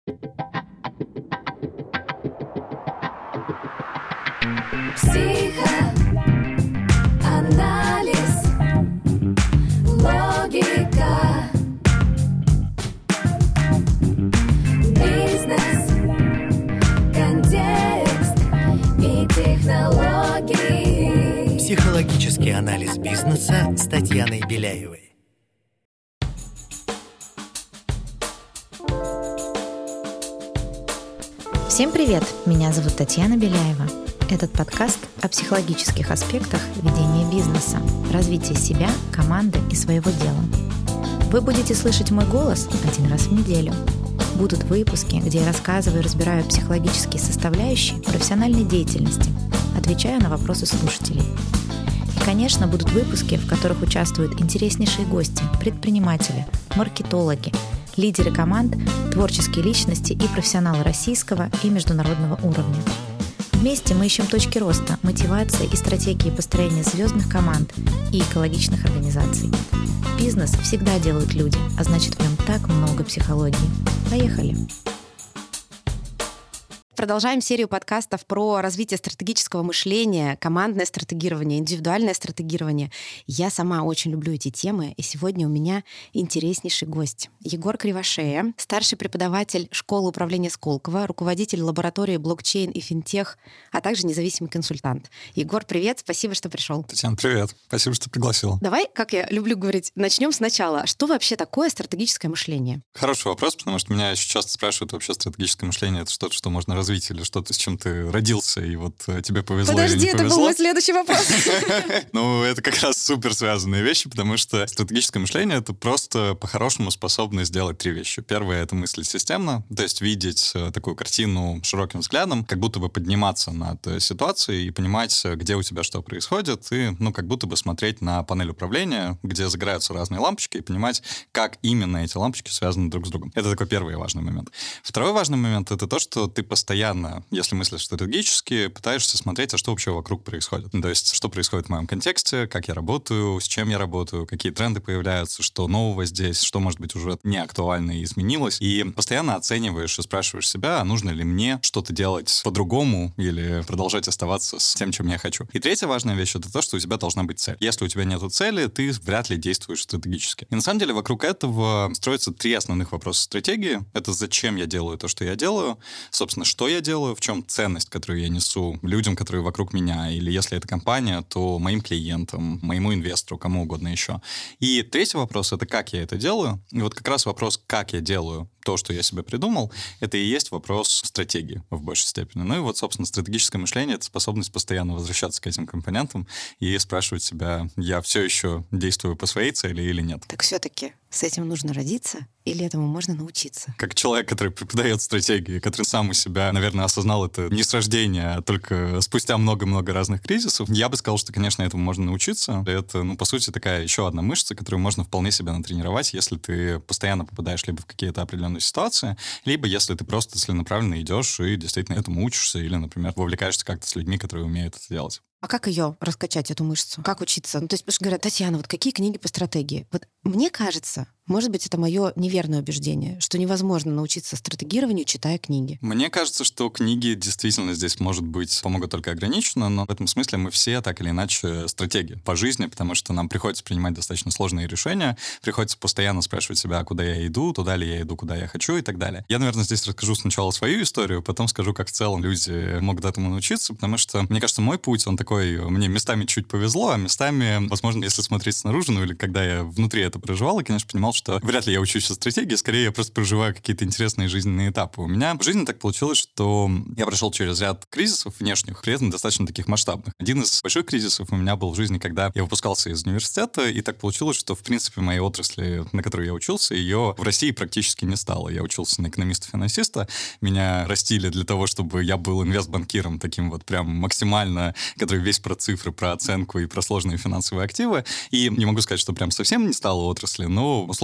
Психоанализ, логика, бизнес, контекст и технологии. Психологический анализ бизнеса с Татьяной Беляевой. Всем привет! Меня зовут Татьяна Беляева. Этот подкаст о психологических аспектах ведения бизнеса, развития себя, команды и своего дела. Вы будете слышать мой голос один раз в неделю. Будут выпуски, где я рассказываю и разбираю психологические составляющие профессиональной деятельности, отвечаю на вопросы слушателей. И, конечно, будут выпуски, в которых участвуют интереснейшие гости, предприниматели, маркетологи, лидеры команд, творческие личности и профессионалы российского и международного уровня. Вместе мы ищем точки роста, мотивации и стратегии построения звездных команд и экологичных организаций. Бизнес всегда делают люди, а значит, в нем так много психологии. Поехали! Продолжаем серию подкастов про развитие стратегического мышления, командное стратегирование, индивидуальное стратегирование. Я сама очень люблю эти темы, и сегодня у меня интереснейший гость. Егор Кривошея, старший преподаватель школы управления Сколково, руководитель лаборатории блокчейн и финтех, а также независимый консультант. Егор, привет, спасибо, что пришел. Татьяна, привет, спасибо, что пригласила. Давай, как я люблю говорить, начнем сначала. Что вообще такое стратегическое мышление? Хороший вопрос, потому что меня еще часто спрашивают, вообще стратегическое мышление — это что-то, что можно развить, или что-то, с чем ты родился, и вот тебе повезло или не повезло. Подожди, это был мой следующий вопрос. Ну, это как раз супер связанные вещи, потому что стратегическое мышление — это просто по-хорошему способность сделать три вещи. Первое — это мыслить системно, то есть видеть такую картину широким взглядом, как будто бы подниматься над ситуацией и понимать, где у тебя что происходит, и, как будто бы смотреть на панель управления, где загораются разные лампочки, и понимать, как именно эти лампочки связаны друг с другом. Это такой первый важный момент. Второй важный момент — это то, что ты постоянно, если мыслишь стратегически, пытаешься смотреть, а что вообще вокруг происходит. То есть, что происходит в моем контексте, как я работаю, с чем я работаю, какие тренды появляются, что нового здесь, что, может быть, уже не актуально и изменилось. И постоянно оцениваешь и спрашиваешь себя, а нужно ли мне что-то делать по-другому или продолжать оставаться с тем, чем я хочу. И третья важная вещь — это то, что у тебя должна быть цель. Если у тебя нет цели, ты вряд ли действуешь стратегически. И на самом деле вокруг этого строятся три основных вопроса стратегии. Это зачем я делаю то, что я делаю, собственно, что я делаю, в чем ценность, которую я несу людям, которые вокруг меня, или если это компания, то моим клиентам, моему инвестору, кому угодно еще. И третий вопрос — это как я это делаю. И вот как раз вопрос, как я делаю то, что я себе придумал, это и есть вопрос стратегии в большей степени. Ну и вот, собственно, стратегическое мышление — это способность постоянно возвращаться к этим компонентам и спрашивать себя, я все еще действую по своей цели или нет. Так все-таки с этим нужно родиться или этому можно научиться? Как человек, который преподает стратегии, который сам у себя, наверное, осознал это не с рождения, а только спустя много-много разных кризисов, я бы сказал, что, конечно, этому можно научиться. Это, по сути, такая еще одна мышца, которую можно вполне себя натренировать, если ты постоянно попадаешь либо в какие-то определенные ситуации, либо если ты просто целенаправленно идешь и действительно этому учишься или, например, вовлекаешься как-то с людьми, которые умеют это делать. А как ее раскачать, эту мышцу? Как учиться? То есть, потому что говорят, Татьяна, вот какие книги по стратегии? Вот мне кажется, может быть, это мое неверное убеждение, что невозможно научиться стратегированию, читая книги. Мне кажется, что книги действительно здесь, может быть, помогут только ограниченно, но в этом смысле мы все так или иначе стратеги по жизни, потому что нам приходится принимать достаточно сложные решения, приходится постоянно спрашивать себя, куда я иду, туда ли я иду, куда я хочу и так далее. Я, наверное, здесь расскажу сначала свою историю, потом скажу, как в целом люди могут этому научиться, потому что, мне кажется, мой путь, он такой, мне местами чуть повезло, а местами, возможно, если смотреть снаружи, или когда я внутри это проживал, я, конечно, понимал, что вряд ли я учусь стратегии, скорее я просто проживаю какие-то интересные жизненные этапы. У меня в жизни так получилось, что я прошел через ряд кризисов внешних, при этом достаточно таких масштабных. Один из больших кризисов у меня был в жизни, когда я выпускался из университета, и так получилось, что, в принципе, моей отрасли, на которой я учился, ее в России практически не стало. Я учился на экономиста-финансиста, меня растили для того, чтобы я был инвестбанкиром, таким вот прям максимально, который весь про цифры, про оценку и про сложные финансовые активы. И не могу сказать, что прям совсем не стало отрасли, но, условно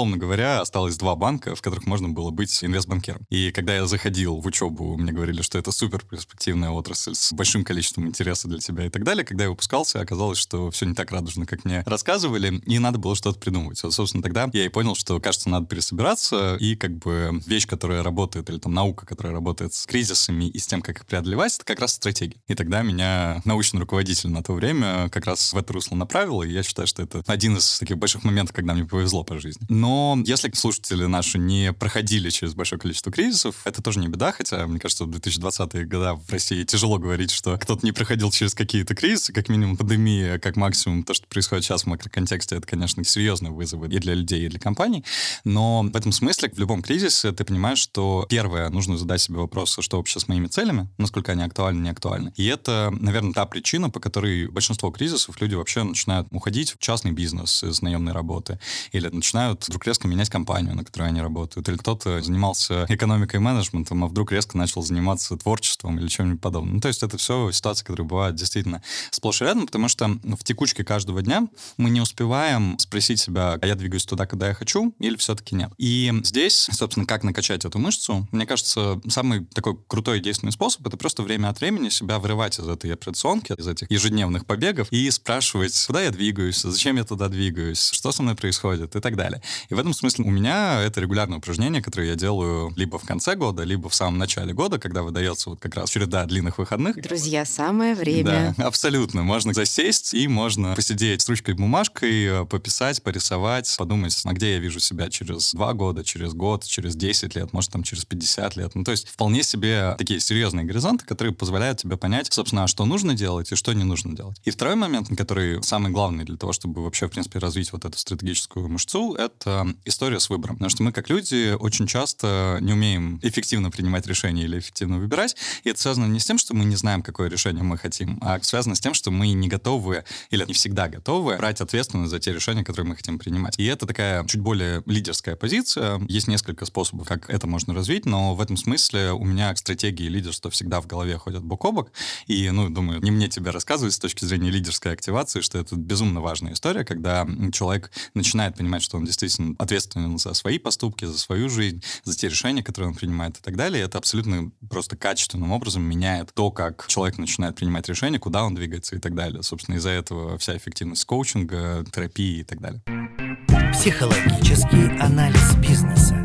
условно говоря, осталось 2 банка, в которых можно было быть инвестбанкиром. И когда я заходил в учебу, мне говорили, что это супер перспективная отрасль с большим количеством интереса для тебя и так далее. Когда я выпускался, оказалось, что все не так радужно, как мне рассказывали, и надо было что-то придумывать. Вот, собственно, тогда я и понял, что, кажется, надо пересобираться, и как бы вещь, которая работает, или там наука, которая работает с кризисами и с тем, как их преодолевать, это как раз стратегия. И тогда меня научный руководитель на то время как раз в это русло направил, и я считаю, что это один из таких больших моментов, когда мне повезло по жизни. Но если слушатели наши не проходили через большое количество кризисов, это тоже не беда, хотя, мне кажется, в 2020-е годы в России тяжело говорить, что кто-то не проходил через какие-то кризисы, как минимум пандемия, как максимум то, что происходит сейчас в макроконтексте, это, конечно, серьезные вызовы и для людей, и для компаний. Но в этом смысле в любом кризисе ты понимаешь, что первое, нужно задать себе вопрос, что вообще с моими целями, насколько они актуальны, не актуальны. И это, наверное, та причина, по которой большинство кризисов люди вообще начинают уходить в частный бизнес из наемной работы, или начинают вдруг резко менять компанию, на которой они работают, или кто-то занимался экономикой и менеджментом, а вдруг резко начал заниматься творчеством или чем-нибудь подобным. Ну, то есть это все ситуации, которые бывают действительно сплошь и рядом, потому что в текучке каждого дня мы не успеваем спросить себя, а я двигаюсь туда, куда я хочу, или все-таки нет. И здесь, собственно, как накачать эту мышцу, мне кажется, самый такой крутой и действенный способ — это просто время от времени себя вырывать из этой операционки, из этих ежедневных побегов и спрашивать, куда я двигаюсь, зачем я туда двигаюсь, что со мной происходит и так далее. И в этом смысле у меня это регулярное упражнение, которое я делаю либо в конце года, либо в самом начале года, когда выдается вот как раз череда длинных выходных. Друзья, самое время. Да, абсолютно. Можно засесть и можно посидеть с ручкой и бумажкой, пописать, порисовать, подумать, а где я вижу себя через 2 года, через год, через 10 лет, может, там через 50 лет. Ну, то есть вполне себе такие серьезные горизонты, которые позволяют тебе понять, собственно, что нужно делать и что не нужно делать. И второй момент, который самый главный для того, чтобы вообще, в принципе, развить вот эту стратегическую мышцу, это история с выбором. Потому что мы, как люди, очень часто не умеем эффективно принимать решения или эффективно выбирать. И это связано не с тем, что мы не знаем, какое решение мы хотим, а связано с тем, что мы не готовы или не всегда готовы брать ответственность за те решения, которые мы хотим принимать. И это такая чуть более лидерская позиция. Есть несколько способов, как это можно развить, но в этом смысле у меня стратегии и лидерство всегда в голове ходят бок о бок. И, думаю, не мне тебе рассказывать с точки зрения лидерской активации, что это безумно важная история, когда человек начинает понимать, что он действительно ответственен за свои поступки, за свою жизнь, за те решения, которые он принимает и так далее. И это абсолютно просто качественным образом меняет то, как человек начинает принимать решения, куда он двигается и так далее. Собственно, из-за этого вся эффективность коучинга, терапии и так далее. Психологический анализ бизнеса.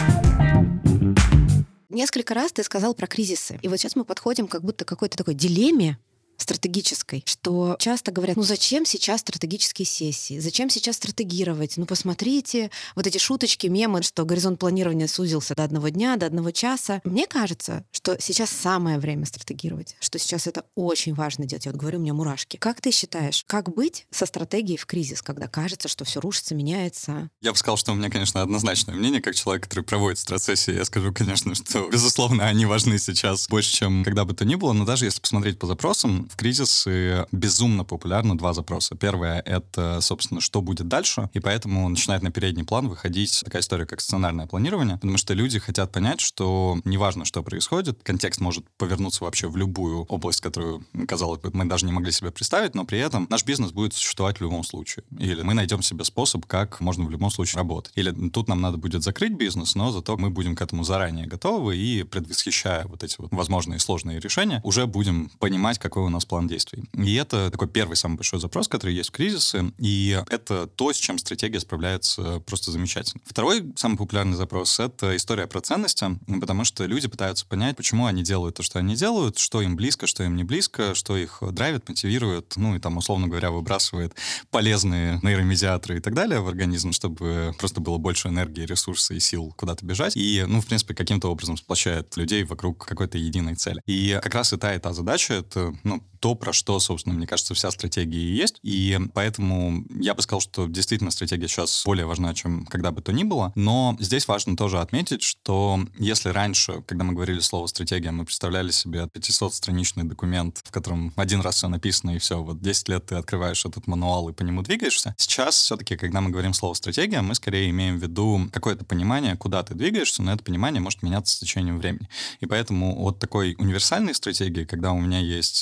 Несколько раз ты сказал про кризисы. И вот сейчас мы подходим как будто к какой-то такой дилемме стратегической, что часто говорят, зачем сейчас стратегические сессии, зачем сейчас стратегировать, посмотрите, вот эти шуточки, мемы, что горизонт планирования сузился до 1 дня, до 1 часа. Мне кажется, что сейчас самое время стратегировать, что сейчас это очень важно делать. Я вот говорю, у меня мурашки. Как ты считаешь, как быть со стратегией в кризис, когда кажется, что все рушится, меняется? Я бы сказал, что у меня, конечно, однозначное мнение, как человек, который проводит стратсессии. Я скажу, конечно, что, безусловно, они важны сейчас больше, чем когда бы то ни было, но даже если посмотреть по запросам, в кризисы безумно популярны 2 запроса. Первое — это, собственно, что будет дальше, и поэтому начинает на передний план выходить такая история, как сценарное планирование, потому что люди хотят понять, что неважно, что происходит, контекст может повернуться вообще в любую область, которую, казалось бы, мы даже не могли себе представить, но при этом наш бизнес будет существовать в любом случае. Или мы найдем себе способ, как можно в любом случае работать. Или тут нам надо будет закрыть бизнес, но зато мы будем к этому заранее готовы и, предвосхищая вот эти вот возможные сложные решения, уже будем понимать, какой у нас план действий. И это такой первый самый большой запрос, который есть в кризисы, и это то, с чем стратегия справляется просто замечательно. Второй самый популярный запрос — это история про ценности, потому что люди пытаются понять, почему они делают то, что они делают, что им близко, что им не близко, что их драйвит, мотивирует, и там, условно говоря, выбрасывает полезные нейромедиаторы и так далее в организм, чтобы просто было больше энергии, ресурса и сил куда-то бежать. И, в принципе, каким-то образом сплощает людей вокруг какой-то единой цели. И как раз и та задача — это, то, про что, собственно, мне кажется, вся стратегия и есть. И поэтому я бы сказал, что действительно стратегия сейчас более важна, чем когда бы то ни было. Но здесь важно тоже отметить, что если раньше, когда мы говорили слово «стратегия», мы представляли себе 500-страничный документ, в котором один раз все написано, и все, вот 10 лет ты открываешь этот мануал и по нему двигаешься. Сейчас все-таки, когда мы говорим слово «стратегия», мы скорее имеем в виду какое-то понимание, куда ты двигаешься, но это понимание может меняться с течением времени. И поэтому от такой универсальной стратегии, когда у меня есть 1-2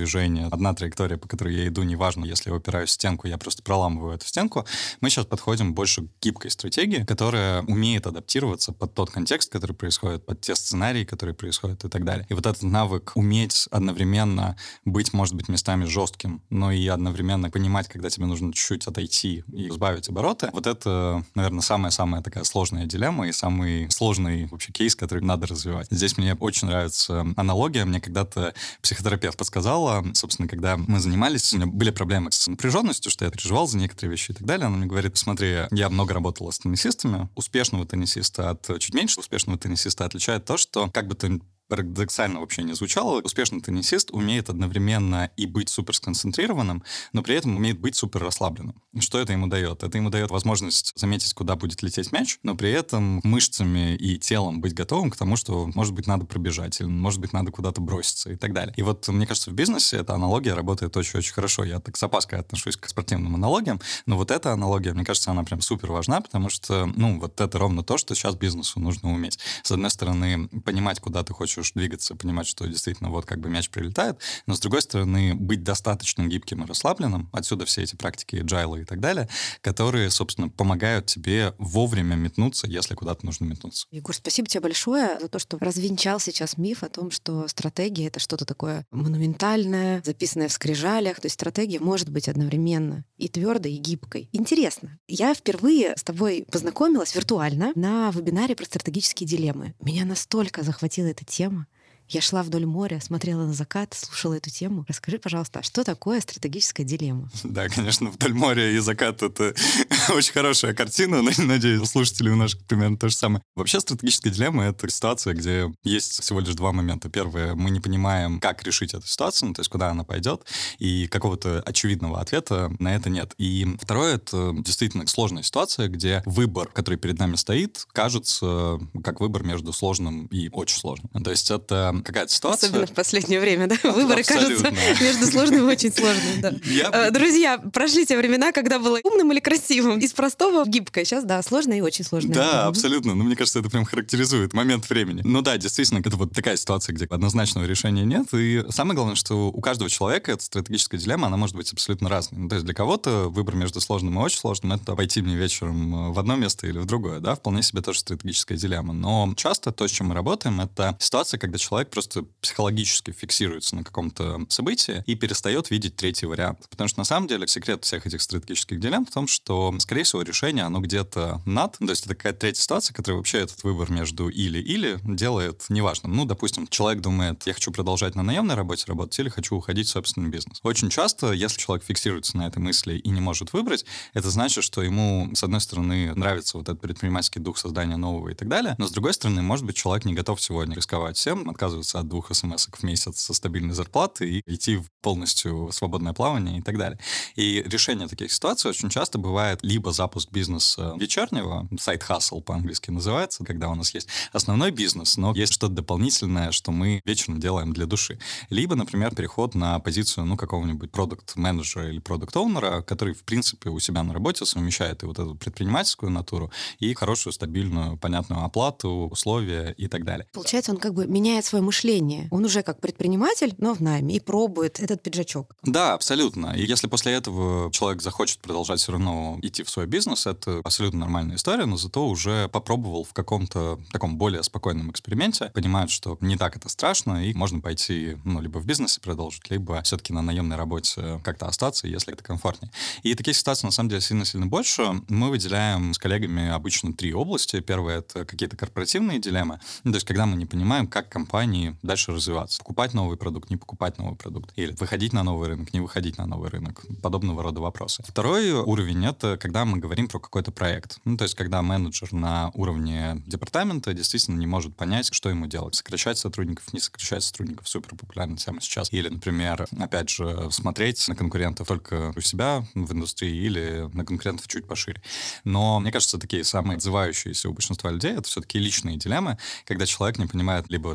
движение, одна траектория, по которой я иду, неважно, если я упираюсь в стенку, я просто проламываю эту стенку. Мы сейчас подходим больше к гибкой стратегии, которая умеет адаптироваться под тот контекст, который происходит, под те сценарии, которые происходят и так далее. И вот этот навык уметь одновременно быть, может быть, местами жестким, но и одновременно понимать, когда тебе нужно чуть-чуть отойти и сбавить обороты, вот это, наверное, самая-самая такая сложная дилемма и самый сложный вообще кейс, который надо развивать. Здесь мне очень нравится аналогия. Мне когда-то психотерапевт подсказала, собственно, когда мы занимались, у меня были проблемы с напряженностью, что я переживал за некоторые вещи и так далее. Она мне говорит: смотри, я много работала с теннисистами. Успешного теннисиста от чуть меньше успешного теннисиста отличает то, что, как бы ты парадоксально вообще не звучало, успешный теннисист умеет одновременно и быть супер сконцентрированным, но при этом умеет быть супер расслабленным. Что это ему дает? Это ему дает возможность заметить, куда будет лететь мяч, но при этом мышцами и телом быть готовым к тому, что, может быть, надо пробежать, или, может быть, надо куда-то броситься и так далее. И вот, мне кажется, в бизнесе эта аналогия работает очень-очень хорошо. Я так с опаской отношусь к спортивным аналогиям, но вот эта аналогия, мне кажется, она прям супер важна, потому что, вот это ровно то, что сейчас бизнесу нужно уметь. С одной стороны, понимать, куда ты хочешь двигаться, понимать, что действительно вот как бы мяч прилетает, но с другой стороны, быть достаточно гибким и расслабленным, отсюда все эти практики agile и так далее, которые, собственно, помогают тебе вовремя метнуться, если куда-то нужно метнуться. Егор, спасибо тебе большое за то, что развенчал сейчас миф о том, что стратегия — это что-то такое монументальное, записанное в скрижалях. То есть стратегия может быть одновременно и твердой, и гибкой. Интересно. Я впервые с тобой познакомилась виртуально на вебинаре про стратегические дилеммы. Меня настолько захватила эта тема. Я шла вдоль моря, смотрела на закат, слушала эту тему. Расскажи, пожалуйста, а что такое стратегическая дилемма? Да, конечно, вдоль моря и закат — это очень хорошая картина. Надеюсь, у слушателей у наших примерно то же самое. Вообще, стратегическая дилемма — это ситуация, где есть всего лишь два момента. Первое, мы не понимаем, как решить эту ситуацию, то есть куда она пойдет, и какого-то очевидного ответа на это нет. И второе — это действительно сложная ситуация, где выбор, который перед нами стоит, кажется как выбор между сложным и очень сложным. То есть это какая-то ситуация... Особенно в последнее время, да? Выборы кажутся между сложным и очень сложным, да. Друзья, прошли те времена, когда было умным или красивым, из простого в гибкое. Сейчас, да, сложное и очень сложное. Да, абсолютно. Мне кажется, это прям характеризует момент времени. Да, действительно, это вот такая ситуация, где однозначного решения нет. И самое главное, что у каждого человека эта стратегическая дилемма, она может быть абсолютно разной. То есть для кого-то выбор между сложным и очень сложным — это пойти мне вечером в одно место или в другое, да, вполне себе тоже стратегическая дилемма. Но часто то, с чем мы работаем, это ситуация, когда человек просто психологически фиксируется на каком-то событии и перестает видеть третий вариант. Потому что, на самом деле, секрет всех этих стратегических дилемм в том, что, скорее всего, решение, оно где-то над. То есть это такая третья ситуация, которая вообще этот выбор между или-или делает неважным. Допустим, человек думает: я хочу продолжать на наемной работе работать или хочу уходить в собственный бизнес. Очень часто, если человек фиксируется на этой мысли и не может выбрать, это значит, что ему, с одной стороны, нравится вот этот предпринимательский дух создания нового и так далее, но, с другой стороны, может быть, человек не готов сегодня рисковать всем, отказываться от 2 смс-ок в месяц со стабильной зарплатой и идти в полностью свободное плавание и так далее. И решение таких ситуаций очень часто бывает либо запуск бизнеса вечернего, сайд-хасл по-английски называется, когда у нас есть основной бизнес, но есть что-то дополнительное, что мы вечером делаем для души. Либо, например, переход на позицию, какого-нибудь продукт-менеджера или продукт-оунера, который, в принципе, у себя на работе совмещает и вот эту предпринимательскую натуру, и хорошую, стабильную, понятную оплату, условия и так далее. Получается, он как бы меняет свое мышление. Он уже как предприниматель, но в найме, и пробует этот пиджачок. Да, абсолютно. И если после этого человек захочет продолжать все равно идти в свой бизнес, это абсолютно нормальная история, но зато уже попробовал в каком-то таком более спокойном эксперименте, понимает, что не так это страшно, и можно пойти, либо в бизнесе продолжить, либо все-таки на наемной работе как-то остаться, если это комфортнее. И таких ситуаций, на самом деле, сильно-сильно больше. Мы выделяем с коллегами обычно 3 области. Первое — это какие-то корпоративные дилеммы. То есть, когда мы не понимаем, как компании дальше развиваться. Покупать новый продукт, не покупать новый продукт. Или выходить на новый рынок, не выходить на новый рынок. Подобного рода вопросы. Второй уровень — это когда мы говорим про какой-то проект. То есть, когда менеджер на уровне департамента действительно не может понять, что ему делать. Сокращать сотрудников, не сокращать сотрудников. Супер популярная тема сейчас. Или, например, опять же, смотреть на конкурентов только у себя в индустрии или на конкурентов чуть пошире. Но, мне кажется, такие самые отзывающиеся у большинства людей — это все-таки личные дилеммы, когда человек не понимает либо работу в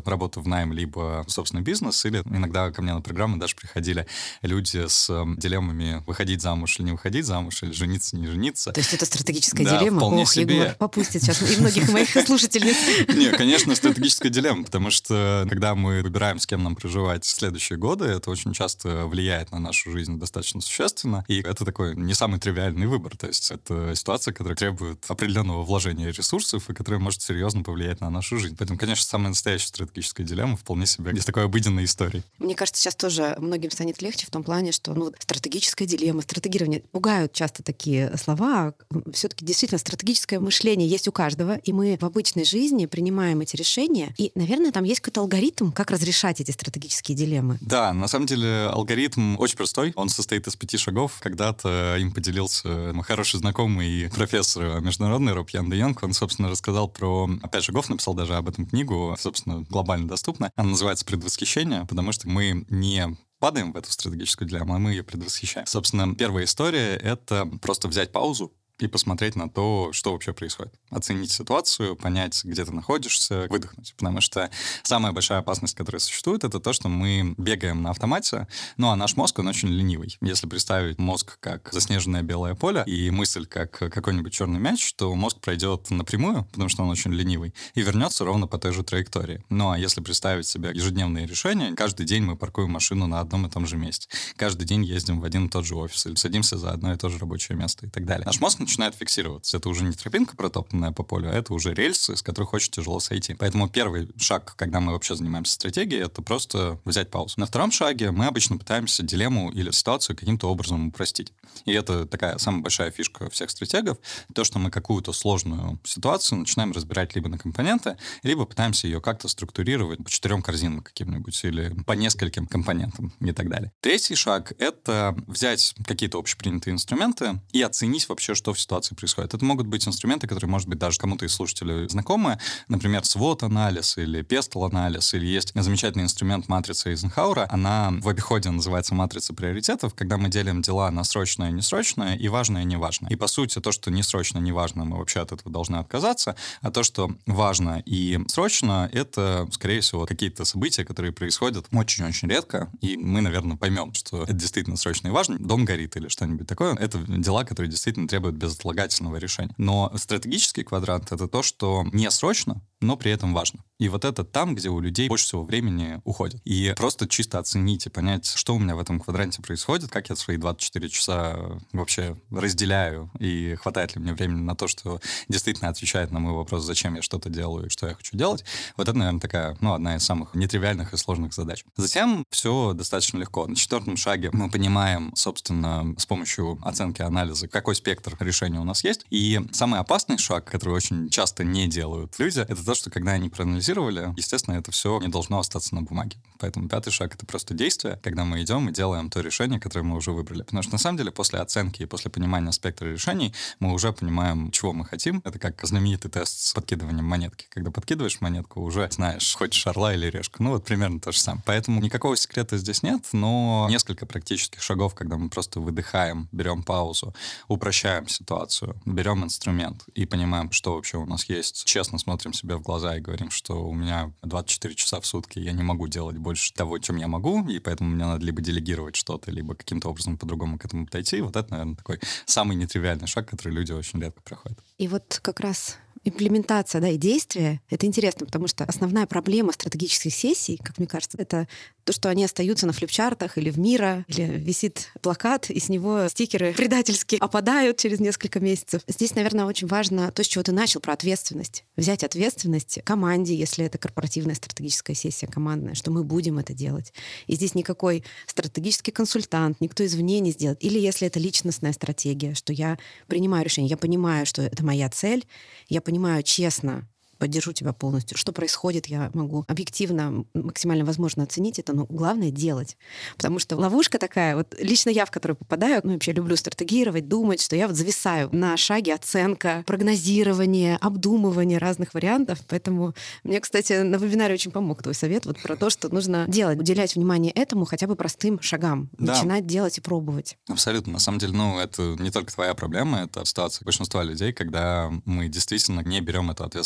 в найм, либо в собственный бизнес, или иногда ко мне на программы даже приходили люди с дилеммами выходить замуж или не выходить замуж, или жениться, не жениться. То есть это стратегическая Да, дилемма? вполне Ох, себе. Егор попустит сейчас и многих моих слушательниц. Не, конечно, стратегическая дилемма, потому что когда мы выбираем, с кем нам проживать в следующие годы, это очень часто влияет на нашу жизнь достаточно существенно, и это такой не самый тривиальный выбор, то есть это ситуация, которая требует определенного вложения ресурсов и которая может серьезно повлиять на нашу жизнь. Поэтому, конечно, самая настоящая стратегическая дилемма вполне себе из такой обыденной истории. Мне кажется, сейчас тоже многим станет легче в том плане, что стратегическая дилемма, стратегирование. Пугают часто такие слова. Все-таки действительно стратегическое мышление есть у каждого, и мы в обычной жизни принимаем эти решения. И, наверное, там есть какой-то алгоритм, как разрешать эти стратегические дилеммы. Да, на самом деле алгоритм очень простой. Он состоит из 5 шагов. Когда-то им поделился мой хороший знакомый и профессор международный Роб Ян де Йонг. Он, собственно, рассказал про 5 шагов, написал даже об этом книгу, собственно, глобально доступна. Она называется «Предвосхищение», потому что мы не падаем в эту стратегическую дилемму, а мы ее предвосхищаем. Собственно, первая история — это просто взять паузу и посмотреть на то, что вообще происходит. Оценить ситуацию, понять, где ты находишься, выдохнуть. Потому что самая большая опасность, которая существует, это то, что мы бегаем на автомате, ну а наш мозг, он очень ленивый. Если представить мозг как заснеженное белое поле и мысль как какой-нибудь черный мяч, то мозг пройдет напрямую, потому что он очень ленивый, и вернется ровно по той же траектории. Ну а если представить себе ежедневные решения, каждый день мы паркуем машину на одном и том же месте. Каждый день ездим в один и тот же офис или садимся за одно и то же рабочее место и так далее. Наш мозг начинает фиксироваться. Это уже не тропинка, протоптанная по полю, а это уже рельсы, с которых очень тяжело сойти. Поэтому первый шаг, когда мы вообще занимаемся стратегией, это просто взять паузу. На втором шаге мы обычно пытаемся дилемму или ситуацию каким-то образом упростить. И это такая самая большая фишка всех стратегов, то, что мы какую-то сложную ситуацию начинаем разбирать либо на компоненты, либо пытаемся ее как-то структурировать по 4 корзинам каким-нибудь или по нескольким компонентам и так далее. Третий шаг — это взять какие-то общепринятые инструменты и оценить вообще, что в ситуации происходит. Это могут быть инструменты, которые, может быть, даже кому-то из слушателей знакомы. Например, SWOT-анализ или PESTEL-анализ. Или есть замечательный инструмент матрицы Эйзенхауэра. Она в обиходе называется матрица приоритетов, когда мы делим дела на срочное, несрочное и важное, неважное. И, по сути, то, что несрочно, неважно, мы вообще от этого должны отказаться. А то, что важно и срочно, это, скорее всего, какие-то события, которые происходят очень-очень редко. И мы, наверное, поймем, что это действительно срочно и важно. Дом горит или что-нибудь такое. Это дела, которые действительно требуют безотлагательного решения. Но стратегический квадрант — это то, что не срочно, но при этом важно. И вот это там, где у людей больше всего времени уходит. И просто чисто оценить и понять, что у меня в этом квадранте происходит, как я свои 24 часа вообще разделяю, и хватает ли мне времени на то, что действительно отвечает на мой вопрос, зачем я что-то делаю и что я хочу делать. Вот это, наверное, такая, одна из самых нетривиальных и сложных задач. Затем все достаточно легко. На 4-м шаге мы понимаем, собственно, с помощью оценки, анализа, какой спектр решений у нас есть. И самый опасный шаг, который очень часто не делают люди, это то, что когда они проанализировали, естественно, это все не должно остаться на бумаге. Поэтому 5-й шаг — это просто действие, когда мы идем и делаем то решение, которое мы уже выбрали. Потому что, на самом деле, после оценки и после понимания спектра решений мы уже понимаем, чего мы хотим. Это как знаменитый тест с подкидыванием монетки. Когда подкидываешь монетку, уже знаешь, хочешь орла или решку. Вот примерно то же самое. Поэтому никакого секрета здесь нет, но несколько практических шагов, когда мы просто выдыхаем, берем паузу, упрощаем ситуацию, берем инструмент и понимаем, что вообще у нас есть. Честно смотрим себе в глаза и говорим, что у меня 24 часа в сутки, я не могу делать больше того, чем я могу, и поэтому мне надо либо делегировать что-то, либо каким-то образом по-другому к этому подойти. Вот это, наверное, такой самый нетривиальный шаг, который люди очень редко проходят. И вот как раз имплементация, и действие — это интересно, потому что основная проблема стратегических сессий, как мне кажется, это то, что они остаются на флипчартах или в Мира, или висит плакат, и с него стикеры предательски опадают через несколько месяцев. Здесь, наверное, очень важно то, с чего ты начал, про ответственность. Взять ответственность команде, если это корпоративная стратегическая сессия командная, что мы будем это делать. И здесь никакой стратегический консультант, никто извне не сделает. Или если это личностная стратегия, что я принимаю решение, я понимаю, что это моя цель, я понимаю честно, поддержу тебя полностью. Что происходит, я могу объективно, максимально возможно оценить это, но главное — делать. Потому что ловушка такая, вот лично я, в которую попадаю, вообще люблю стратегировать, думать, что я вот зависаю на шаге оценка, прогнозирование, обдумывание разных вариантов. Поэтому мне, кстати, на вебинаре очень помог твой совет вот про то, что нужно делать, уделять внимание этому хотя бы простым шагам, начинать делать и пробовать. Абсолютно. На самом деле, это не только твоя проблема, это ситуация большинства людей, когда мы действительно не берем эту ответственность за дело.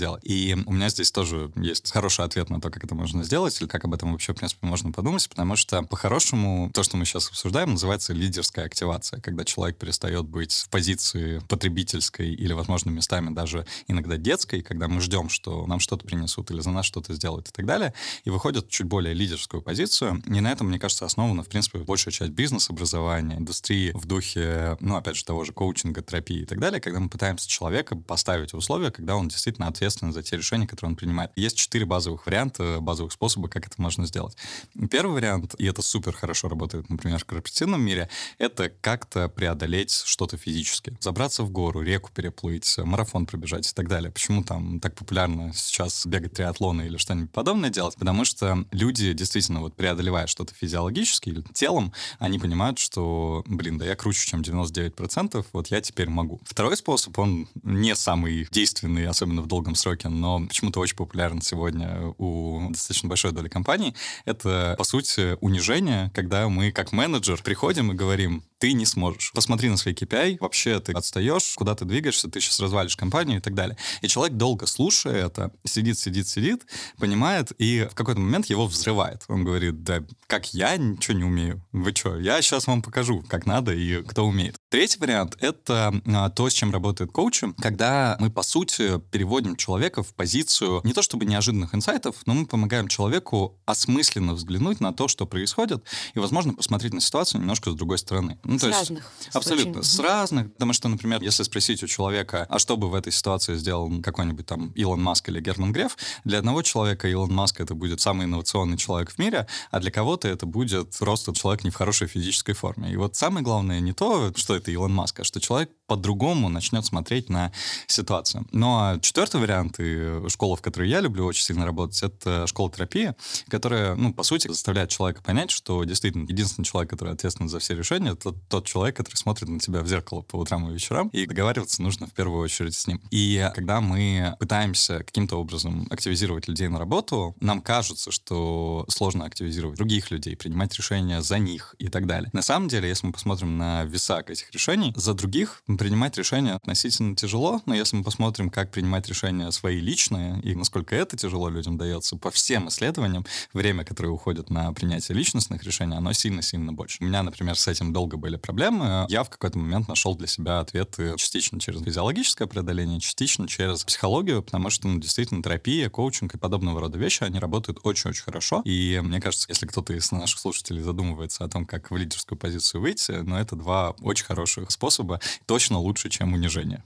сделать. И у меня здесь тоже есть хороший ответ на то, как это можно сделать, или как об этом вообще, в принципе, можно подумать, потому что, по-хорошему, то, что мы сейчас обсуждаем, называется лидерская активация, когда человек перестает быть в позиции потребительской или, возможно, местами даже иногда детской, когда мы ждем, что нам что-то принесут или за нас что-то сделают и так далее, и выходит в чуть более лидерскую позицию. И на этом, мне кажется, основана, в принципе, большая часть бизнес-образования, индустрии в духе, опять же, того же коучинга, терапии и так далее, когда мы пытаемся человека поставить в условия, когда он действительно ответственен за те решения, которые он принимает. Есть 4 базовых варианта, базовых способа, как это можно сделать. Первый вариант, и это супер хорошо работает, например, в корпоративном мире, это как-то преодолеть что-то физически. Забраться в гору, реку переплыть, марафон пробежать и так далее. Почему там так популярно сейчас бегать триатлоны или что-нибудь подобное делать? Потому что люди действительно, вот преодолевая что-то физиологически или телом, они понимают, что, да я круче, чем 99%, вот я теперь могу. Второй способ, он не самый действенный, особенно в долгом сроке, но почему-то очень популярен сегодня у достаточно большой доли компаний. Это, по сути, унижение, когда мы как менеджер приходим и говорим: ты не сможешь. Посмотри на свои KPI, вообще ты отстаешь, куда ты двигаешься, ты сейчас развалишь компанию и так далее. И человек, долго слушая это, сидит, понимает, и в какой-то момент его взрывает. Он говорит: да как я ничего не умею? Вы что? Я сейчас вам покажу, как надо и кто умеет. Третий вариант — это то, с чем работают коучи, когда мы, по сути, переводим человека в позицию не то чтобы неожиданных инсайтов, но мы помогаем человеку осмысленно взглянуть на то, что происходит, и, возможно, посмотреть на ситуацию немножко с другой стороны. С разных. Абсолютно. С разных. Потому что, например, если спросить у человека, а что бы в этой ситуации сделал какой-нибудь там Илон Маск или Герман Греф, для одного человека Илон Маск — это будет самый инновационный человек в мире, а для кого-то это будет просто человек не в хорошей физической форме. И вот самое главное не то, что это Илон Маск, а что человек по-другому начнет смотреть на ситуацию. Ну а четвертый вариант, и школа, в которой я люблю очень сильно работать, это школа терапии, которая, по сути, заставляет человека понять, что действительно единственный человек, который ответственен за все решения, это тот человек, который смотрит на тебя в зеркало по утрам и вечерам, и договариваться нужно в первую очередь с ним. И когда мы пытаемся каким-то образом активизировать людей на работу, нам кажется, что сложно активизировать других людей, принимать решения за них и так далее. На самом деле, если мы посмотрим на весах этих решений, за других принимать решения относительно тяжело, но если мы посмотрим, как принимать решения свои личные и насколько это тяжело людям дается, по всем исследованиям, время, которое уходит на принятие личностных решений, оно сильно-сильно больше. У меня, например, с этим долго были проблемы. Я в какой-то момент нашел для себя ответы частично через физиологическое преодоление, частично через психологию, потому что, действительно, терапия, коучинг и подобного рода вещи, они работают очень-очень хорошо. И мне кажется, если кто-то из наших слушателей задумывается о том, как в лидерскую позицию выйти, это 2 очень хороших способа, точно лучше, чем унижение.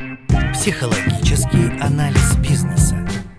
Психологический анализ бизнеса.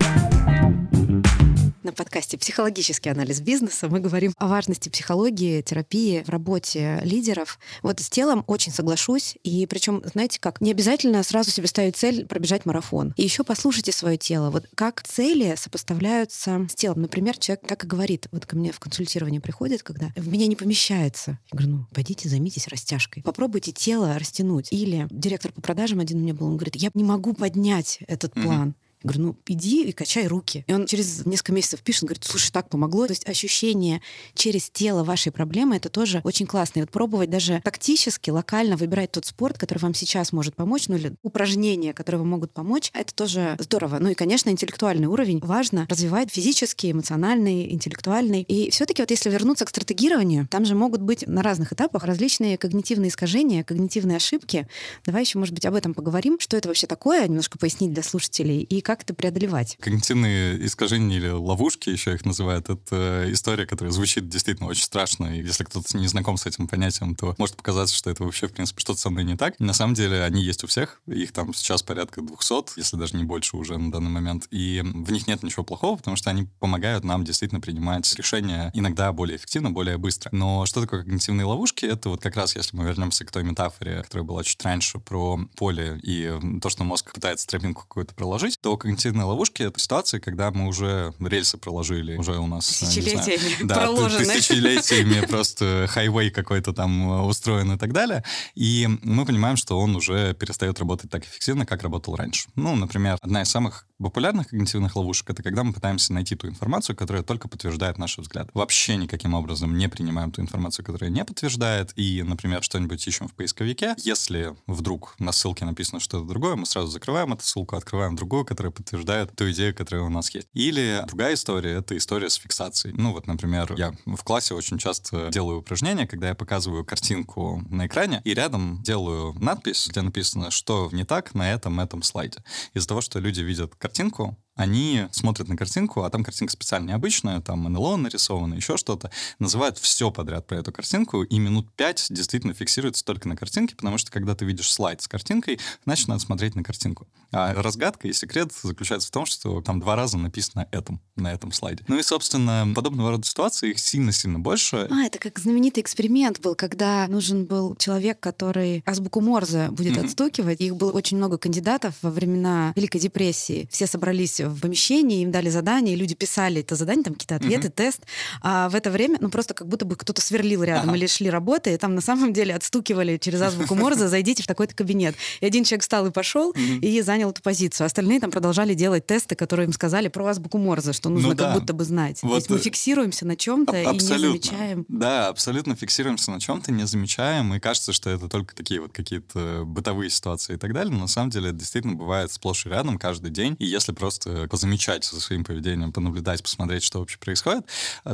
На подкасте «Психологический анализ бизнеса» мы говорим о важности психологии, терапии в работе лидеров. Вот с телом очень соглашусь. И причем, знаете как, не обязательно сразу себе ставить цель пробежать марафон. И еще послушайте свое тело. Вот как цели сопоставляются с телом. Например, человек так и говорит. Вот ко мне в консультирование приходит, когда в меня не помещается. Я говорю, пойдите займитесь растяжкой. Попробуйте тело растянуть. Или директор по продажам один у меня был, он говорит, я не могу поднять этот план. Я говорю, иди и качай руки. И он через несколько месяцев пишет, говорит, слушай, так помогло. То есть ощущение через тело вашей проблемы — это тоже очень классно. И вот пробовать даже тактически, локально выбирать тот спорт, который вам сейчас может помочь, или упражнения, которые вам могут помочь, это тоже здорово. Ну и, конечно, интеллектуальный уровень важно развивать физический, эмоциональный, интеллектуальный. И все-таки вот если вернуться к стратегированию, там же могут быть на разных этапах различные когнитивные искажения, когнитивные ошибки. Давай еще, может быть, об этом поговорим. Что это вообще такое? Немножко пояснить для слушателей. И как это преодолевать? Когнитивные искажения или ловушки, еще их называют, это история, которая звучит действительно очень страшно. И если кто-то не знаком с этим понятием, то может показаться, что это вообще, в принципе, что-то со мной не так. На самом деле они есть у всех. Их там сейчас порядка 200, если даже не больше уже на данный момент. И в них нет ничего плохого, потому что они помогают нам действительно принимать решения иногда более эффективно, более быстро. Но что такое когнитивные ловушки? Это вот как раз, если мы вернемся к той метафоре, которая была чуть раньше, про поле и то, что мозг пытается тропинку какую-то проложить, то когнитивные ловушки — это ситуации, когда мы уже рельсы проложили, уже у нас... Тысячелетиями проложены. Тысячелетиями просто хайвей какой-то там устроен и так далее. И мы понимаем, что он уже перестает работать так эффективно, как работал раньше. Например, одна из самых популярных когнитивных ловушек — это когда мы пытаемся найти ту информацию, которая только подтверждает наши взгляды. Вообще никаким образом не принимаем ту информацию, которая не подтверждает, и, например, что-нибудь ищем в поисковике. Если вдруг на ссылке написано что-то другое, мы сразу закрываем эту ссылку, открываем другую, которая подтверждает ту идею, которая у нас есть. Или другая история — это история с фиксацией. Ну вот, например, я в классе очень часто делаю упражнения, когда я показываю картинку на экране и рядом делаю надпись, где написано, что не так на этом слайде. Из-за того, что люди видят картинку, они смотрят на картинку, а там картинка специально необычная, там НЛО нарисовано, еще что-то, называют все подряд про эту картинку, и минут 5 действительно фиксируется только на картинке, потому что когда ты видишь слайд с картинкой, значит, надо смотреть на картинку. А разгадка и секрет заключается в том, что там 2 раза написано на этом слайде. Ну и, собственно, подобного рода ситуаций их сильно-сильно больше. Это как знаменитый эксперимент был, когда нужен был человек, который азбуку Морзе будет отстукивать. Их было очень много кандидатов во времена Великой депрессии. Все собрались в помещении, им дали задание, и люди писали это задание, там какие-то ответы, тест. А в это время, просто как будто бы кто-то сверлил рядом или шли работы, и там на самом деле отстукивали через азбуку Морзе: зайдите в такой-то кабинет. И один человек встал и пошел, и занял эту позицию. Остальные там продолжали делать тесты, которые им сказали про азбуку Морзе, что нужно как будто бы знать. Вот. То есть мы фиксируемся на чем-то и не замечаем. Да, абсолютно фиксируемся на чем-то, не замечаем, и кажется, что это только такие вот какие-то бытовые ситуации и так далее, но на самом деле это действительно бывает сплошь и рядом каждый день, и если просто позамечать за своим поведением, понаблюдать, посмотреть, что вообще происходит,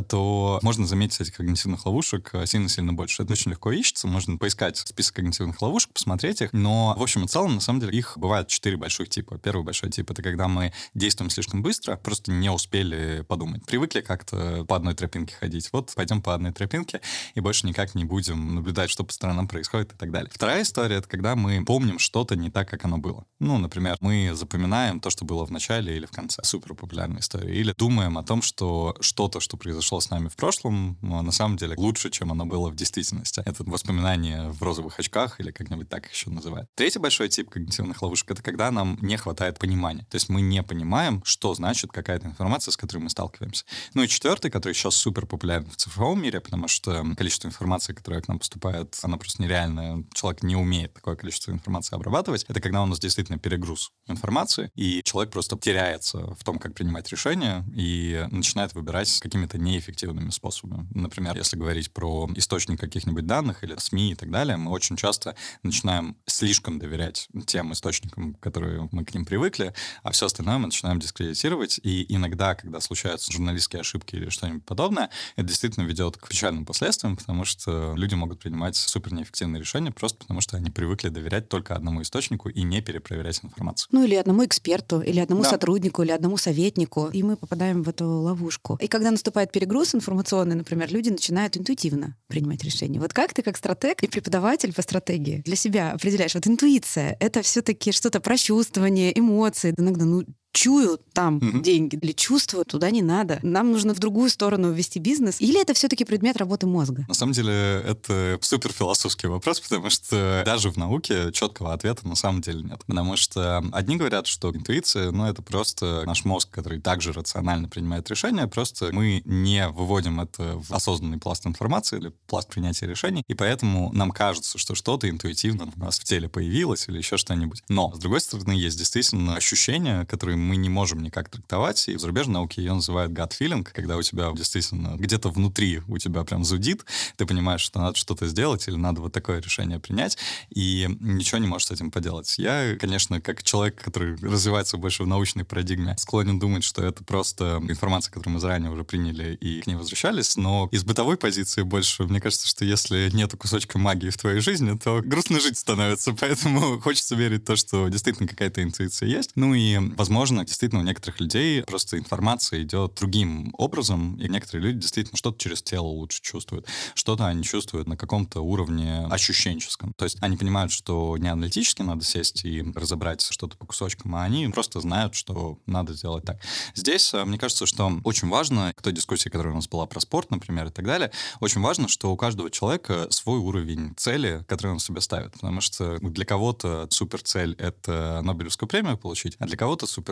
то можно заметить этих когнитивных ловушек сильно-сильно больше. Это очень легко ищется, можно поискать список когнитивных ловушек, посмотреть их, но в общем и целом, на самом деле, их бывает 4 больших типа. Первый большой тип — это когда мы действуем слишком быстро, просто не успели подумать. Привыкли как-то по одной тропинке ходить. Вот пойдем по одной тропинке и больше никак не будем наблюдать, что по сторонам происходит и так далее. Вторая история — это когда мы помним что-то не так, как оно было. Ну, например, мы запоминаем то, что было в начале или в конце. Супер популярная история. Или думаем о том, что что-то, что произошло с нами в прошлом, на самом деле лучше, чем оно было в действительности. Это воспоминания в розовых очках или как-нибудь так их еще называют. Третий большой тип когнитивных ловушек — это когда нам не хватает понимания. То есть мы не понимаем, что значит какая-то информация, с которой мы сталкиваемся. Ну и четвертый, который сейчас супер популярен в цифровом мире, потому что количество информации, которая к нам поступает, она просто нереальная. Человек не умеет такое количество информации обрабатывать. Это когда у нас действительно перегруз информации, и человек просто теряется в том, как принимать решения, и начинает выбирать какими-то неэффективными способами. Например, если говорить про источник каких-нибудь данных или СМИ и так далее, мы очень часто начинаем слишком доверять тем источникам, которые мы к ним привыкли, а все остальное мы начинаем дискредитировать. И иногда, когда случаются журналистские ошибки или что-нибудь подобное, это действительно ведет к печальным последствиям, потому что люди могут принимать супер неэффективные решения просто потому, что они привыкли доверять только одному источнику и не перепроверять информацию. Ну или одному эксперту, или одному сотруднику, или одному советнику, и мы попадаем в эту ловушку. И когда наступает перегруз информационный, например, люди начинают интуитивно принимать решения. Вот как ты, как стратег и преподаватель по стратегии, для себя определяешь? Вот интуиция — это все-таки что-то про чувствование, эмоции. Иногда, чую там деньги, или чувствую, туда не надо. Нам нужно в другую сторону вести бизнес. Или это все-таки предмет работы мозга? На самом деле, это супер философский вопрос, потому что даже в науке четкого ответа на самом деле нет. Потому что одни говорят, что интуиция, это просто наш мозг, который также рационально принимает решения, просто мы не выводим это в осознанный пласт информации или пласт принятия решений, и поэтому нам кажется, что что-то интуитивно у нас в теле появилось или еще что-нибудь. Но, с другой стороны, есть действительно ощущения, которые мы не можем никак трактовать, и в зарубежной науке ее называют gut feeling, когда у тебя действительно где-то внутри у тебя прям зудит, ты понимаешь, что надо что-то сделать или надо вот такое решение принять, и ничего не можешь с этим поделать. Я, конечно, как человек, который развивается больше в научной парадигме, склонен думать, что это просто информация, которую мы заранее уже приняли и к ней возвращались, но из бытовой позиции больше, мне кажется, что если нету кусочка магии в твоей жизни, то грустно жить становится, поэтому хочется верить в то, что действительно какая-то интуиция есть. Ну и, возможно, действительно у некоторых людей просто информация идет другим образом, и некоторые люди действительно что-то через тело лучше чувствуют, что-то они чувствуют на каком-то уровне ощущенческом. То есть они понимают, что не аналитически надо сесть и разобрать что-то по кусочкам, а они просто знают, что надо сделать так. Здесь, мне кажется, что очень важно, к той дискуссии, которая у нас была про спорт, например, и так далее, очень важно, что у каждого человека свой уровень цели, который он себе ставит. Потому что для кого-то суперцель — это Нобелевскую премию получить, а для кого-то суперцель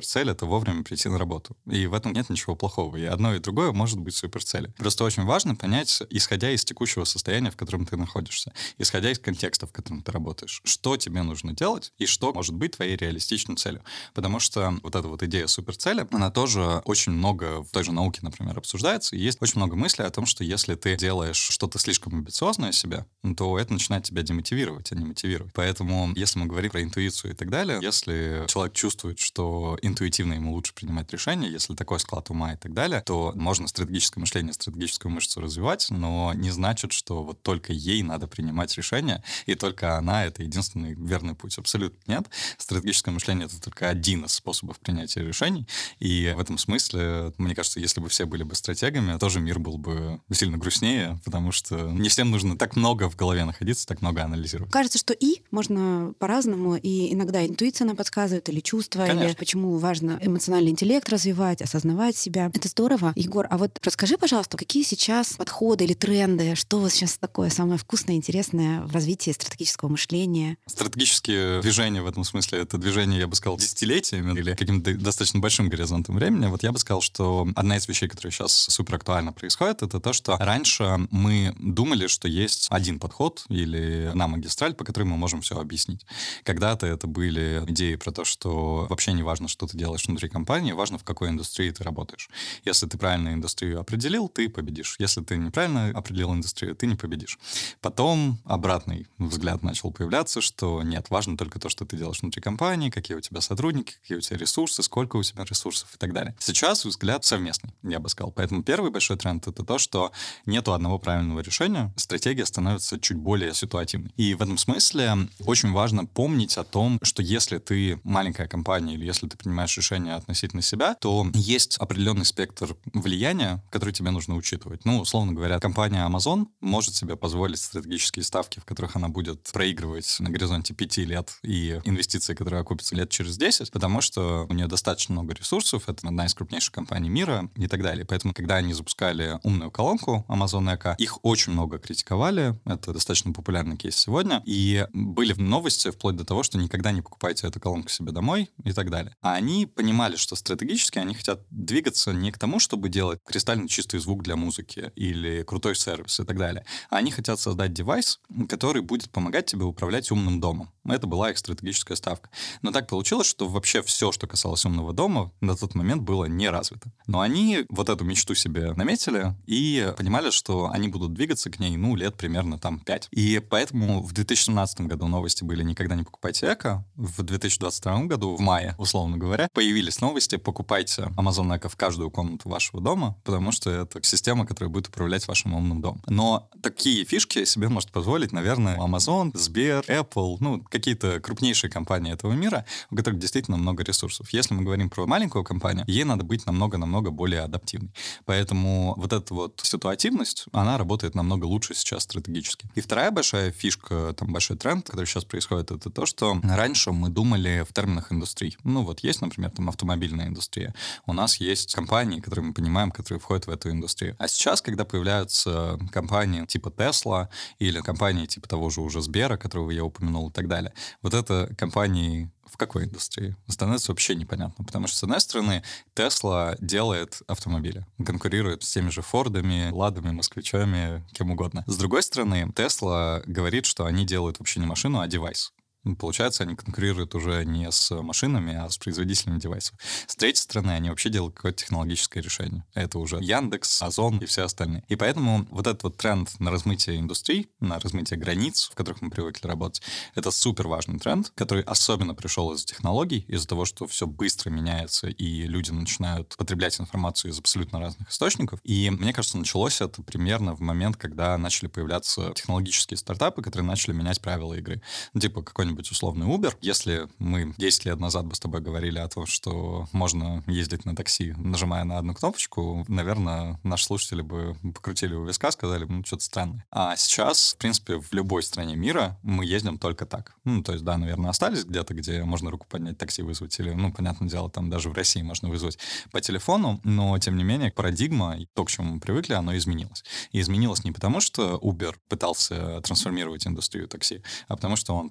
суперцель — это вовремя прийти на работу. И в этом нет ничего плохого. И одно, и другое может быть суперцелью. Просто очень важно понять, исходя из текущего состояния, в котором ты находишься, исходя из контекста, в котором ты работаешь, что тебе нужно делать и что может быть твоей реалистичной целью. Потому что вот эта вот идея суперцели, она тоже очень много в той же науке, например, обсуждается. И есть очень много мыслей о том, что если ты делаешь что-то слишком амбициозное себе, то это начинает тебя демотивировать, а не мотивировать. Поэтому, если мы говорим про интуицию и так далее, если человек чувствует, что интуитивно ему лучше принимать решения, если такой склад ума и так далее, то можно стратегическое мышление, стратегическую мышцу развивать, но не значит, что вот только ей надо принимать решения, и только она — это единственный верный путь. Абсолютно нет. Стратегическое мышление — это только один из способов принятия решений, и в этом смысле, мне кажется, если бы все были бы стратегами, тоже мир был бы сильно грустнее, потому что не всем нужно так много в голове находиться, так много анализировать. Кажется, что можно по-разному, и иногда интуиция нам подсказывает, или чувство, Конечно. или почему важно эмоциональный интеллект развивать, осознавать себя. Это здорово. Егор, а вот расскажи, пожалуйста, какие сейчас подходы или тренды, что у вас сейчас такое самое вкусное, интересное в развитии стратегического мышления? Стратегические движения в этом смысле — это движение, я бы сказал, десятилетиями или каким-то достаточно большим горизонтом времени. Вот я бы сказал, что одна из вещей, которая сейчас супер актуально происходит, это то, что раньше мы думали, что есть один подход или одна магистраль, по которой мы можем все объяснить. Когда-то это были идеи про то, что вообще не важно, что ты делаешь внутри компании, важно, в какой индустрии ты работаешь. Если ты правильно индустрию определил, ты победишь. Если ты неправильно определил индустрию, ты не победишь. Потом обратный взгляд начал появляться, что нет, важно только то, что ты делаешь внутри компании, какие у тебя сотрудники, какие у тебя ресурсы, сколько у тебя ресурсов и так далее. Сейчас взгляд совместный, я бы сказал. Поэтому первый большой тренд — это то, что нету одного правильного решения, стратегия становится чуть более ситуативной. И в этом смысле очень важно помнить о том, что если ты маленькая компания или если ты принимаешь решения относительно себя, то есть определенный спектр влияния, который тебе нужно учитывать. Ну, условно говоря, компания Amazon может себе позволить стратегические ставки, в которых она будет проигрывать на горизонте 5 лет, и инвестиции, которые окупятся лет через 10, потому что у нее достаточно много ресурсов, это одна из крупнейших компаний мира и так далее. Поэтому, когда они запускали умную колонку Amazon Echo, их очень много критиковали, это достаточно популярный кейс сегодня, и были новости вплоть до того, что никогда не покупайте эту колонку себе домой и так далее. А они понимали, что стратегически они хотят двигаться не к тому, чтобы делать кристально чистый звук для музыки или крутой сервис и так далее, а они хотят создать девайс, который будет помогать тебе управлять умным домом. Это была их стратегическая ставка. Но так получилось, что вообще все, что касалось умного дома, на тот момент было не развито. Но они вот эту мечту себе наметили и понимали, что они будут двигаться к ней, лет примерно 5. И поэтому в 2017 году новости были «Никогда не покупайте Echo». В 2022 году, в мае, условно говоря, появились новости «Покупайте Amazon Echo в каждую комнату вашего дома», потому что это система, которая будет управлять вашим умным домом. Но такие фишки себе может позволить, наверное, Amazon, Сбер, Apple, какие-то крупнейшие компании этого мира, у которых действительно много ресурсов. Если мы говорим про маленькую компанию, ей надо быть намного-намного более адаптивной. Поэтому вот эта вот ситуативность, она работает намного лучше сейчас стратегически. И вторая большая фишка, большой тренд, который сейчас происходит, это то, что раньше мы думали в терминах индустрий. Есть, например, автомобильная индустрия. У нас есть компании, которые мы понимаем, которые входят в эту индустрию. А сейчас, когда появляются компании типа Tesla или компании типа того же уже Сбера, которого я упомянул и так далее, вот это компании в какой индустрии? Становится вообще непонятно, потому что, с одной стороны, Tesla делает автомобили, конкурирует с теми же Фордами, Ладами, Москвичами, кем угодно. С другой стороны, Tesla говорит, что они делают вообще не машину, а девайс. Получается, они конкурируют уже не с машинами, а с производителями девайсов. С третьей стороны, они вообще делают какое-то технологическое решение. Это уже Яндекс, Озон и все остальные. И поэтому вот этот вот тренд на размытие индустрий, на размытие границ, в которых мы привыкли работать, это супер важный тренд, который особенно пришел из технологий, из-за того, что все быстро меняется, и люди начинают потреблять информацию из абсолютно разных источников. И мне кажется, началось это примерно в момент, когда начали появляться технологические стартапы, которые начали менять правила игры. Типа какой-нибудь условный Uber. Если мы 10 лет назад бы с тобой говорили о том, что можно ездить на такси, нажимая на одну кнопочку, наверное, наши слушатели бы покрутили у виска, сказали, что-то странное. А сейчас, в принципе, в любой стране мира мы ездим только так. То есть, да, наверное, остались где-то, где можно руку поднять, такси вызвать, или, понятное дело, там даже в России можно вызвать по телефону, но, тем не менее, парадигма и то, к чему мы привыкли, оно изменилось. И изменилось не потому, что Uber пытался трансформировать индустрию такси, а потому что он технологически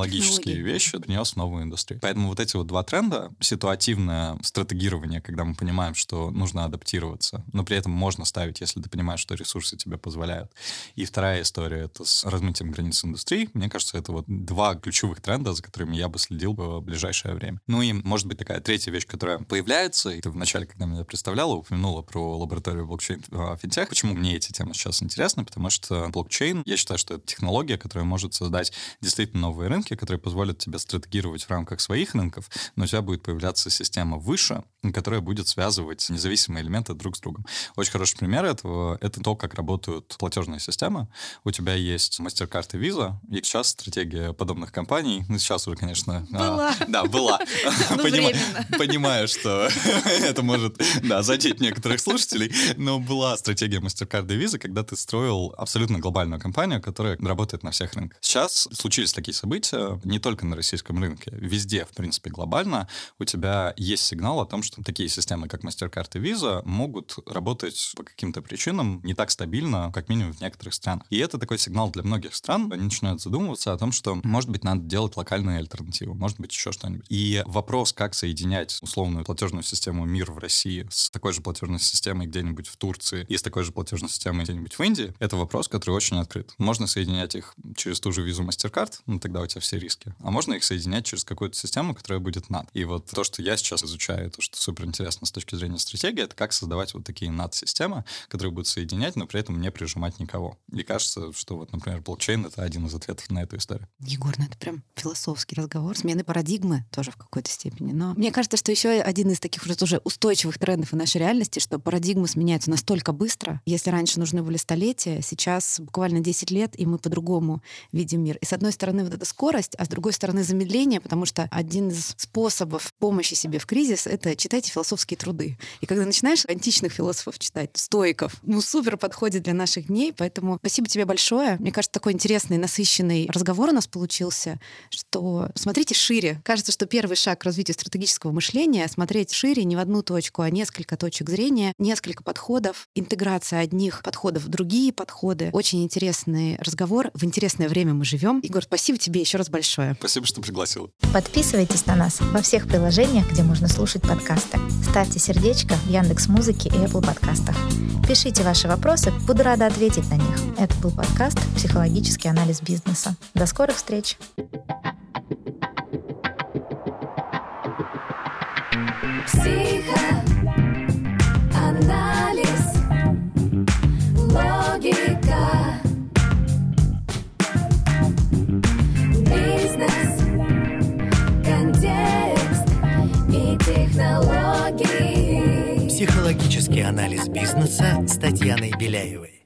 технологические вещи принес в новую индустрию. Поэтому вот эти вот два тренда, ситуативное стратегирование, когда мы понимаем, что нужно адаптироваться, но при этом можно ставить, если ты понимаешь, что ресурсы тебе позволяют. И вторая история — это с размытием границ индустрии. Мне кажется, это вот два ключевых тренда, за которыми я бы следил в ближайшее время. Ну и, может быть, такая третья вещь, которая появляется, и ты вначале, когда меня представляла, упомянула про лабораторию блокчейн финтех. Почему мне эти темы сейчас интересны? Потому что блокчейн, я считаю, что это технология, которая может создать действительно новые рынки, которые позволят тебе стратегировать в рамках своих рынков, но у тебя будет появляться система выше, которая будет связывать независимые элементы друг с другом. Очень хороший пример этого — это то, как работают платежные системы. У тебя есть MasterCard и Visa, и сейчас стратегия подобных компаний, ну, сейчас уже, конечно... Была. Да, была. Понимаю, что это может, задеть некоторых слушателей, но была стратегия MasterCard и Visa, когда ты строил абсолютно глобальную компанию, которая работает на всех рынках. Сейчас случились такие события не только на российском рынке, везде, в принципе, глобально у тебя есть сигнал о том, что такие системы, как MasterCard и Visa, могут работать по каким-то причинам не так стабильно, как минимум в некоторых странах. И это такой сигнал для многих стран. Они начинают задумываться о том, что, может быть, надо делать локальные альтернативы, может быть, еще что-нибудь. И вопрос, как соединять условную платежную систему МИР в России с такой же платежной системой где-нибудь в Турции и с такой же платежной системой где-нибудь в Индии, это вопрос, который очень открыт. Можно соединять их через ту же визу MasterCard, ну тогда у тебя все риски. А можно их соединять через какую-то систему, которая будет над. И вот то, что я сейчас изучаю, то, что супер интересно с точки зрения стратегии, это как создавать вот такие над-системы, которые будут соединять, но при этом не прижимать никого. И кажется, что вот, например, блокчейн — это один из ответов на эту историю. Егор, ну это прям философский разговор, смены парадигмы тоже в какой-то степени. Но мне кажется, что еще один из таких уже устойчивых трендов в нашей реальности, что парадигмы сменяются настолько быстро. Если раньше нужны были столетия, сейчас буквально 10 лет, и мы по-другому видим мир. И с одной стороны вот эта скорость, а с другой стороны замедление, потому что один из способов помощи себе в кризис — это читайте философские труды. И когда начинаешь античных философов читать, стоиков, супер подходит для наших дней, поэтому спасибо тебе большое. Мне кажется, такой интересный, насыщенный разговор у нас получился, что смотрите шире. Кажется, что первый шаг к развитию стратегического мышления — смотреть шире, не в одну точку, а несколько точек зрения, несколько подходов, интеграция одних подходов в другие подходы. Очень интересный разговор. В интересное время мы живем. Егор, спасибо тебе еще раз большое. Спасибо, что пригласила. Подписывайтесь на нас во всех приложениях, где можно слушать подкасты. Ставьте сердечко в Яндекс.Музыке и Apple подкастах. Пишите ваши вопросы, буду рада ответить на них. Это был подкаст «Психологический анализ бизнеса». До скорых встреч! Психоанализ, логика, бизнес, контекст и технологии. Психологический анализ бизнеса с Татьяной Беляевой.